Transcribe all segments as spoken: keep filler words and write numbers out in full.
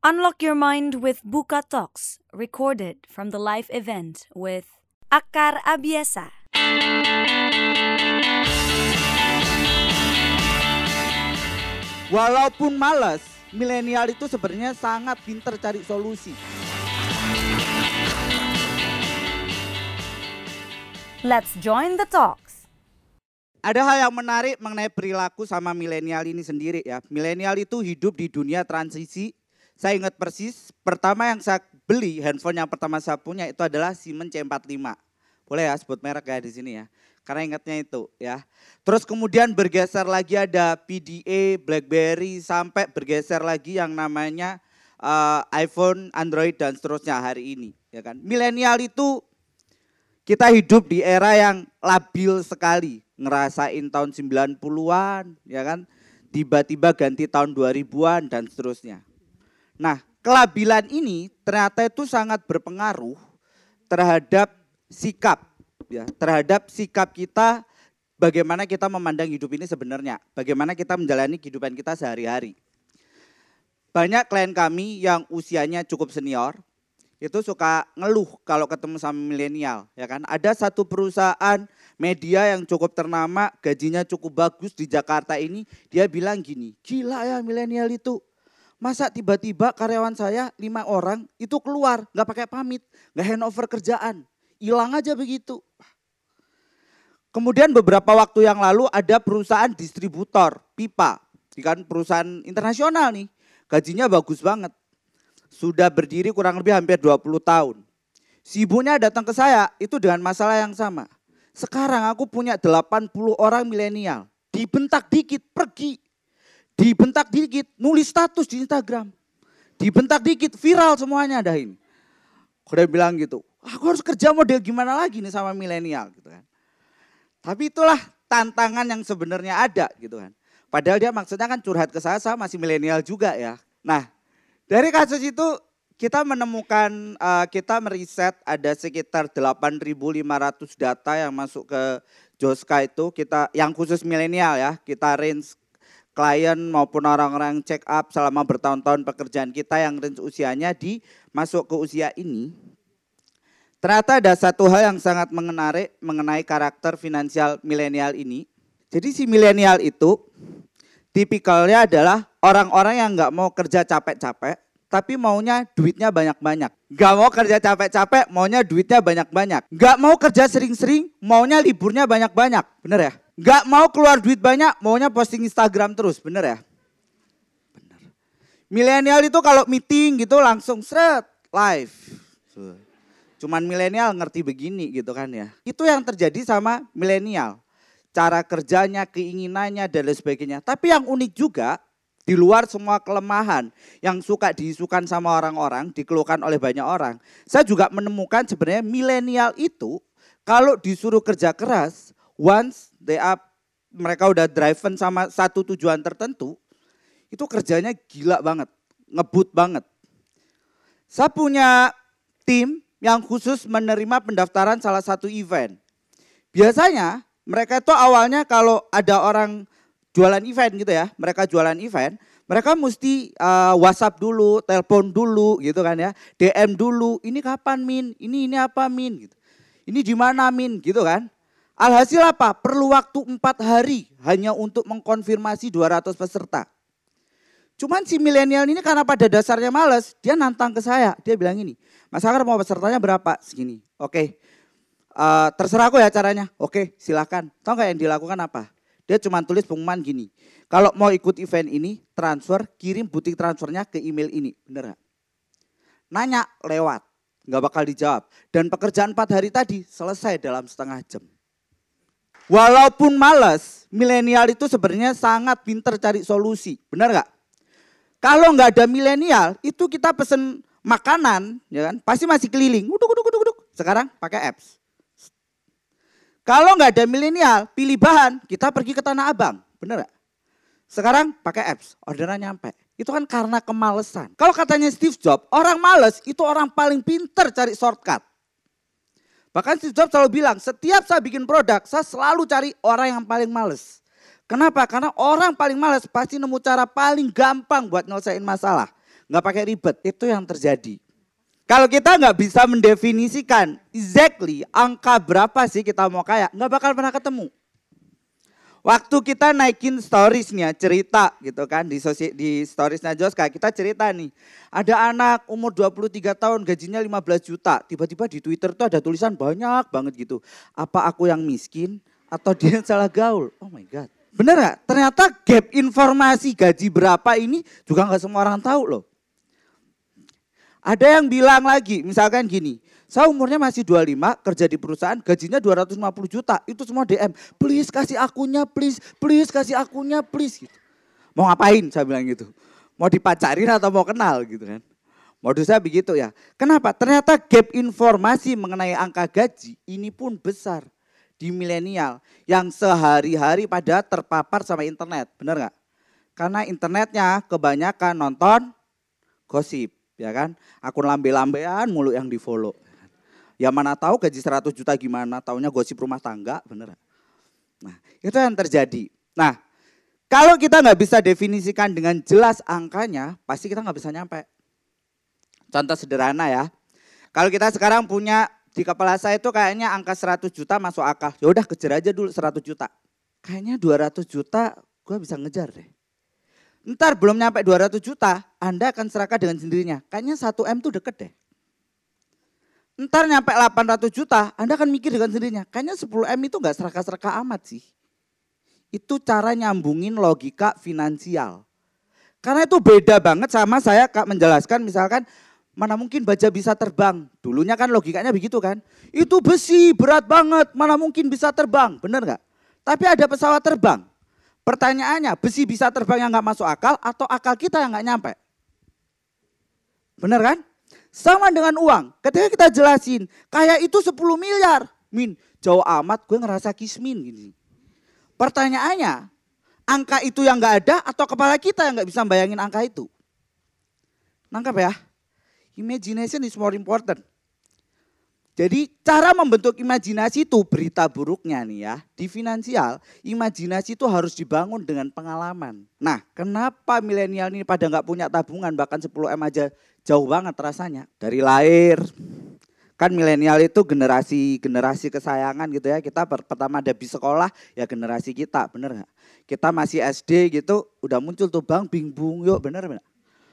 Unlock your mind with Buka Talks, recorded from the live event with Akar Abiasa. Walaupun malas, milenial itu sebenarnya sangat pintar cari solusi. Let's join the talks. Ada hal yang menarik mengenai perilaku sama milenial ini sendiri ya. Milenial itu hidup di dunia transisi. Saya ingat persis, pertama yang saya beli, handphone yang pertama saya punya itu adalah Siemens C empat puluh lima. Boleh ya sebut merek ya di sini ya. Karena ingatnya itu ya. Terus kemudian bergeser lagi ada P D A, BlackBerry, sampai bergeser lagi yang namanya uh, iPhone, Android dan seterusnya hari ini. Ya kan. Milenial itu kita hidup di era yang labil sekali. Ngerasain tahun sembilan puluhan ya kan. Tiba-tiba ganti tahun dua ribuan dan seterusnya. Nah kelabilan ini ternyata itu sangat berpengaruh terhadap sikap. Ya, terhadap sikap kita, bagaimana kita memandang hidup ini sebenarnya, bagaimana kita menjalani kehidupan kita sehari-hari. Banyak klien kami yang usianya cukup senior, itu suka ngeluh kalau ketemu sama milenial, ya kan? Ada satu perusahaan media yang cukup ternama, gajinya cukup bagus di Jakarta ini, dia bilang gini, gila ya milenial itu. Masa tiba-tiba karyawan saya lima orang itu keluar, nggak pakai pamit, nggak handover kerjaan. Hilang aja begitu. Kemudian beberapa waktu yang lalu ada perusahaan distributor pipa, kan perusahaan internasional nih, gajinya bagus banget. Sudah berdiri kurang lebih hampir dua puluh tahun. Si ibunya datang ke saya itu dengan masalah yang sama. Sekarang aku punya delapan puluh orang milenial, dibentak dikit pergi. Dibentak dikit nulis status di Instagram. Dibentak dikit viral semuanya dah ini. Udah bilang gitu, aku harus kerja model gimana lagi nih sama milenial gitu kan. Tapi itulah tantangan yang sebenarnya ada gitu kan. Padahal dia maksudnya kan curhat ke saya, saya masih milenial juga ya. Nah dari kasus itu kita menemukan, uh, kita meriset ada sekitar delapan ribu lima ratus data yang masuk ke Joska itu. Kita yang khusus milenial ya, kita range klien maupun orang-orang check up selama bertahun-tahun pekerjaan kita yang range usianya di masuk ke usia ini. Ternyata ada satu hal yang sangat menarik mengenai karakter finansial milenial ini. Jadi si milenial itu tipikalnya adalah orang-orang yang nggak mau kerja capek-capek, tapi maunya duitnya banyak-banyak. Nggak mau kerja capek-capek, maunya duitnya banyak-banyak. Nggak mau kerja sering-sering, maunya liburnya banyak-banyak. Bener ya? Nggak mau keluar duit banyak, maunya posting Instagram terus. Bener ya? Bener. Milenial itu kalau meeting gitu langsung seret live. Cuman milenial ngerti begini gitu kan ya. Itu yang terjadi sama milenial. Cara kerjanya, keinginannya dan lain sebagainya. Tapi yang unik juga di luar semua kelemahan yang suka diisukan sama orang-orang, dikeluhkan oleh banyak orang. Saya juga menemukan sebenarnya milenial itu kalau disuruh kerja keras, once they up, mereka udah driven sama satu tujuan tertentu, itu kerjanya gila banget, ngebut banget. Saya punya tim yang khusus menerima pendaftaran salah satu event. Biasanya mereka itu awalnya kalau ada orang jualan event gitu ya, mereka jualan event, mereka mesti uh, WhatsApp dulu, telepon dulu gitu kan ya, D M dulu, ini kapan Min, ini ini apa Min, gitu. Ini di mana Min, gitu kan. Alhasil apa? Perlu waktu empat hari hanya untuk mengkonfirmasi dua ratus peserta. Cuman si milenial ini karena pada dasarnya malas, dia nantang ke saya. Dia bilang ini, Mas Akar mau pesertanya berapa? Segini. Oke, uh, terserah aku ya caranya. Oke, silakan. Tahu gak yang dilakukan apa? Dia cuma tulis pengumuman gini. Kalau mau ikut event ini, transfer, kirim bukti transfernya ke email ini. Bener gak? Nanya lewat, gak bakal dijawab. Dan pekerjaan empat hari tadi selesai dalam setengah jam. Walaupun malas, milenial itu sebenarnya sangat pintar cari solusi. Bener gak? Kalau nggak ada milenial, itu kita pesen makanan, ya kan? Pasti masih keliling. Uduk, uduk, uduk, uduk. Sekarang pakai apps. Kalau nggak ada milenial, pilih bahan, kita pergi ke Tanah Abang, bener nggak? Sekarang pakai apps, orderan nyampe. Itu kan karena kemalesan. Kalau katanya Steve Jobs, orang males itu orang paling pintar cari shortcut. Bahkan Steve Jobs selalu bilang, setiap saya bikin produk, saya selalu cari orang yang paling males. Kenapa? Karena orang paling malas pasti nemu cara paling gampang buat nyelesain masalah. nggak pakai ribet. Itu yang terjadi. Kalau kita nggak bisa mendefinisikan exactly angka berapa sih kita mau kaya, nggak bakal pernah ketemu. Waktu kita naikin storiesnya, cerita gitu kan, di, sosi, di storiesnya Joska, kita cerita nih. Ada anak umur dua puluh tiga tahun, gajinya lima belas juta. Tiba-tiba di Twitter tuh ada tulisan banyak banget gitu. Apa aku yang miskin atau dia yang salah gaul? Oh my God. Bener gak? Ternyata gap informasi gaji berapa ini juga gak semua orang tahu loh. Ada yang bilang lagi, misalkan gini, saya umurnya masih dua puluh lima, kerja di perusahaan, gajinya dua ratus lima puluh juta. Itu semua D M, please kasih akunnya, please, please kasih akunnya, please. Gitu. Mau ngapain saya bilang gitu. Mau dipacarin atau mau kenal gitu kan. Modusnya begitu ya. Kenapa? Ternyata gap informasi mengenai angka gaji ini pun besar di milenial. Yang sehari-hari pada terpapar sama internet, benar gak? Karena internetnya kebanyakan nonton gosip. Ya kan, akun lambe-lambean mulu yang di follow. Ya mana tahu gaji seratus juta gimana, taunya gosip rumah tangga, bener. Nah itu yang terjadi. Nah kalau kita nggak bisa definisikan dengan jelas angkanya, pasti kita nggak bisa nyampe. Contoh sederhana ya, kalau kita sekarang punya di kepala saya itu kayaknya angka seratus juta masuk akal. Ya udah kejar aja dulu seratus juta. Kayaknya dua ratus juta gue bisa ngejar deh. Ntar belum nyampe dua ratus juta, Anda akan serakah dengan sendirinya. Kayaknya satu M tuh deket deh. Ntar nyampe delapan ratus juta, Anda akan mikir dengan sendirinya. Kayaknya sepuluh M itu gak serakah-serakah amat sih. Itu cara nyambungin logika finansial. Karena itu beda banget sama saya Kak menjelaskan misalkan mana mungkin baja bisa terbang. Dulunya kan logikanya begitu kan. Itu besi berat banget, mana mungkin bisa terbang. Bener gak? Tapi ada pesawat terbang. Pertanyaannya, besi bisa terbang yang gak masuk akal atau akal kita yang gak nyampe? Bener kan? Sama dengan uang. Ketika kita jelasin, kayak itu sepuluh miliar. Min, jauh amat gue ngerasa kismin gini. Pertanyaannya, angka itu yang gak ada atau kepala kita yang gak bisa bayangin angka itu? Nangkap ya? Imagination is more important. Jadi cara membentuk imajinasi itu berita buruknya nih ya. Di finansial, imajinasi itu harus dibangun dengan pengalaman. Nah kenapa milenial ini pada gak punya tabungan bahkan sepuluh M aja jauh banget rasanya. Dari lahir, kan milenial itu generasi generasi kesayangan gitu ya. Kita pertama ada di sekolah ya generasi kita, bener gak? Kita masih S D gitu udah muncul tuh bang bing bung yuk, bener bener.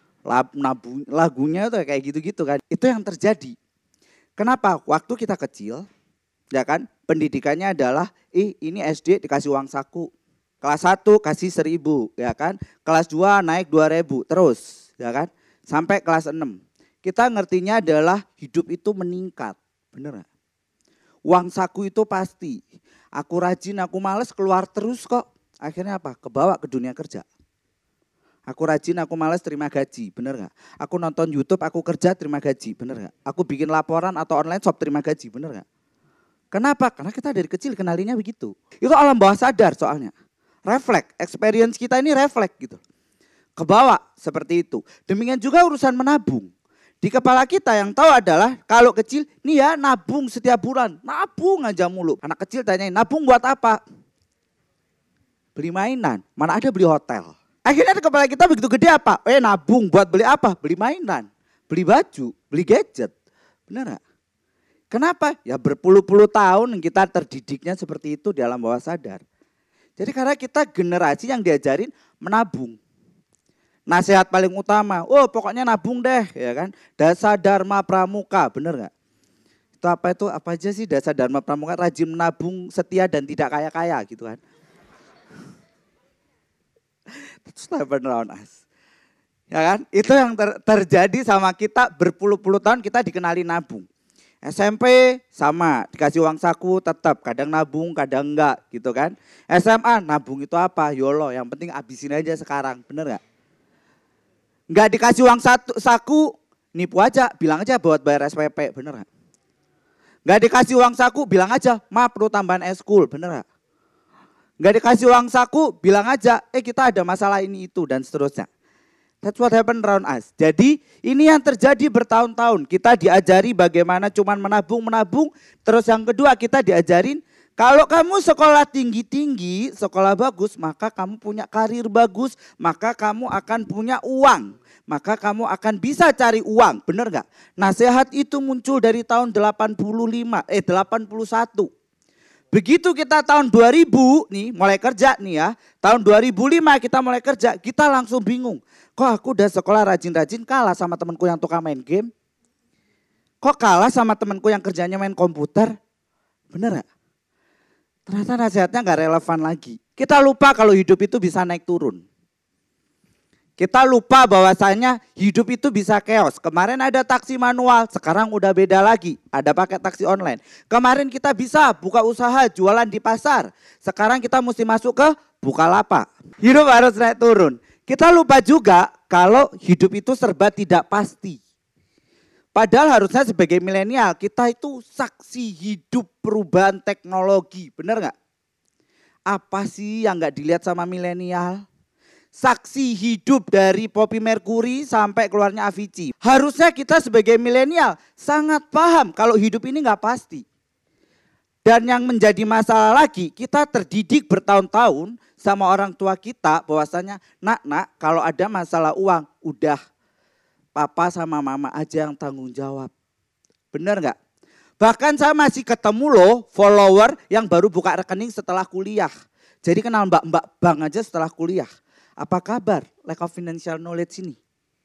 Lagunya tuh kayak gitu-gitu kan. Itu yang terjadi. Kenapa? Waktu kita kecil, ya kan, pendidikannya adalah, ih ini S D dikasih uang saku. Kelas satu kasih seribu, ya kan. Kelas dua naik dua ribu, terus, ya kan. Sampai kelas enam. Kita ngertinya adalah hidup itu meningkat, bener gak? Uang saku itu pasti. Aku rajin, aku males keluar terus kok. Akhirnya apa? Kebawa ke dunia kerja. Aku rajin, aku malas terima gaji, bener gak? Aku nonton YouTube, aku kerja terima gaji, bener gak? Aku bikin laporan atau online shop terima gaji, bener gak? Kenapa? Karena kita dari kecil kenalinya begitu. Itu alam bawah sadar soalnya. Refleks, experience kita ini refleks gitu. Kebawa seperti itu. Demikian juga urusan menabung. Di kepala kita yang tahu adalah kalau kecil, nih ya nabung setiap bulan. Nabung aja mulu. Anak kecil tanyain, nabung buat apa? Beli mainan, mana ada beli hotel. Akhirnya di kepala kita begitu gede apa? Eh nabung buat beli apa? Beli mainan, beli baju, beli gadget. Benar gak? Kenapa? Ya berpuluh-puluh tahun kita terdidiknya seperti itu di alam bawah sadar. Jadi karena kita generasi yang diajarin menabung. Nasihat paling utama, oh pokoknya nabung deh ya kan. Dasa Dharma Pramuka, benar gak? Itu apa itu? Apa aja sih Dasa Dharma Pramuka? Rajin menabung, setia dan tidak kaya-kaya gitu kan. That's never around us. Ya kan? Itu yang ter, terjadi sama kita berpuluh-puluh tahun kita dikenali nabung. S M P sama, dikasih uang saku tetap, kadang nabung, kadang enggak gitu kan. S M A nabung itu apa? YOLO, yang penting abisin aja sekarang, bener gak? Enggak dikasih uang satu, saku, nipu aja, bilang aja buat bayar S P P, bener gak? Enggak dikasih uang saku, bilang aja, ma perlu tambahan eskul, bener gak? Gak dikasih uang saku, bilang aja, eh kita ada masalah ini itu dan seterusnya. That's what happened around us. Jadi ini yang terjadi bertahun-tahun. Kita diajari bagaimana cuman menabung-menabung. Terus yang kedua kita diajarin, kalau kamu sekolah tinggi-tinggi, sekolah bagus, maka kamu punya karir bagus, maka kamu akan punya uang. maka kamu akan bisa cari uang. Benar gak? Nasihat itu muncul dari tahun delapan puluh lima, eh delapan puluh satu. Begitu kita tahun dua ribu nih mulai kerja nih ya. Tahun dua ribu lima kita mulai kerja, kita langsung bingung. Kok aku udah sekolah rajin-rajin kalah sama temanku yang tukang main game? Kok kalah sama temanku yang kerjanya main komputer? Bener gak? Ternyata nasihatnya gak relevan lagi. Kita lupa kalau hidup itu bisa naik turun. Kita lupa bahwasanya hidup itu bisa chaos. Kemarin ada taksi manual, sekarang udah beda lagi. Ada pakai taksi online. Kemarin kita bisa buka usaha jualan di pasar. Sekarang kita mesti masuk ke Bukalapak. Hidup harus naik turun. Kita lupa juga kalau hidup itu serba tidak pasti. Padahal harusnya sebagai milenial kita itu saksi hidup perubahan teknologi. Benar gak? Apa sih yang gak dilihat sama milenial? Saksi hidup dari Poppy Mercury sampai keluarnya Avicii. Harusnya kita sebagai milenial sangat paham kalau hidup ini gak pasti. Dan yang menjadi masalah lagi, kita terdidik bertahun-tahun sama orang tua kita bahwasanya nak nak kalau ada masalah uang udah papa sama mama aja yang tanggung jawab. Bener gak? Bahkan saya masih ketemu loh follower yang baru buka rekening setelah kuliah. Jadi kenal mbak-mbak bank aja setelah kuliah. Apa kabar lack of financial knowledge ini?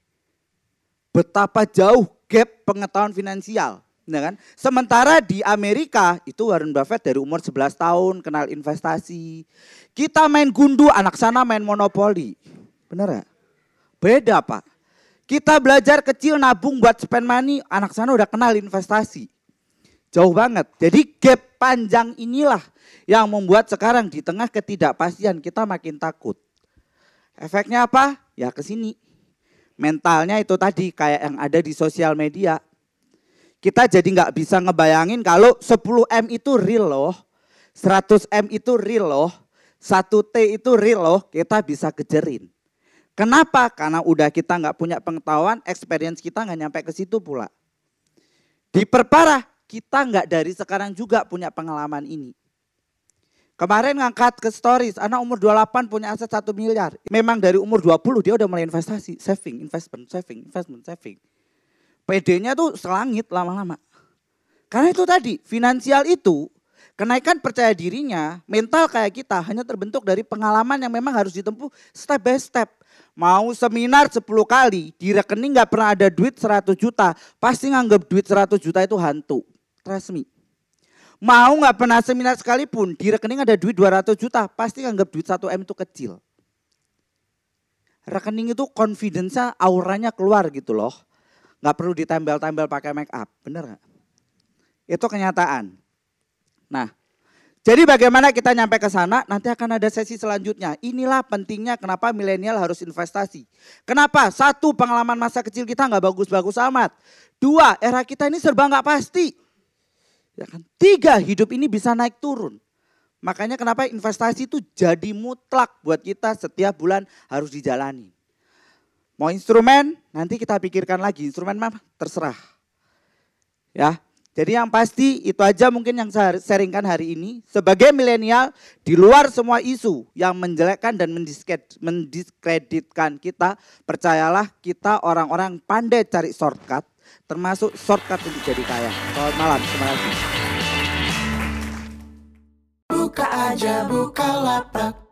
Betapa jauh gap pengetahuan finansial. Ya kan? Sementara di Amerika itu Warren Buffett dari umur sebelas tahun kenal investasi. Kita main gundu, anak sana main monopoli. Bener gak? Beda Pak. Kita belajar kecil nabung buat spend money, anak sana udah kenal investasi. Jauh banget. Jadi gap panjang inilah yang membuat sekarang di tengah ketidakpastian kita makin takut. Efeknya apa? Ya ke sini. Mentalnya itu tadi kayak yang ada di sosial media. Kita jadi nggak bisa ngebayangin kalau sepuluh M itu real loh. seratus M itu real loh. satu T itu real loh. Kita bisa kejerin. Kenapa? Karena udah kita nggak punya pengetahuan, experience kita nggak nyampe ke situ pula. Diperparah, kita nggak dari sekarang juga punya pengalaman ini. Kemarin ngangkat ke stories, anak umur dua puluh delapan punya aset satu miliar. Memang dari umur dua puluh dia udah mulai investasi, saving, investment, saving, investment, saving. P D-nya tuh selangit lama-lama. Karena itu tadi, finansial itu kenaikan percaya dirinya, mental kayak kita hanya terbentuk dari pengalaman yang memang harus ditempuh step by step. Mau seminar sepuluh kali, di rekening gak pernah ada duit seratus juta, pasti nganggap duit seratus juta itu hantu. Trust me. Mau gak pernah seminar sekalipun, di rekening ada duit dua ratus juta, pasti nganggap duit satu M itu kecil. Rekening itu confidence-nya, auranya keluar gitu loh. Gak perlu ditempel-tempel pakai make up, bener gak? Itu kenyataan. Nah, jadi bagaimana kita nyampe ke sana? Nanti akan ada sesi selanjutnya. Inilah pentingnya kenapa milenial harus investasi. Kenapa? Satu, pengalaman masa kecil kita nggak bagus-bagus amat. Dua, era kita ini serba nggak pasti. Ya kan? Tiga, hidup ini bisa naik turun. Makanya kenapa investasi itu jadi mutlak buat kita setiap bulan harus dijalani. Mau instrumen? Nanti kita pikirkan lagi. Instrumen mah terserah. Ya. Jadi yang pasti itu aja mungkin yang saya sharingkan hari ini. Sebagai milenial di luar semua isu yang menjelekkan dan mendiskreditkan kita. Percayalah kita orang-orang pandai cari shortcut. Termasuk shortcut untuk jadi kaya. Selamat malam, terima kasih. Buka aja Bukalapak.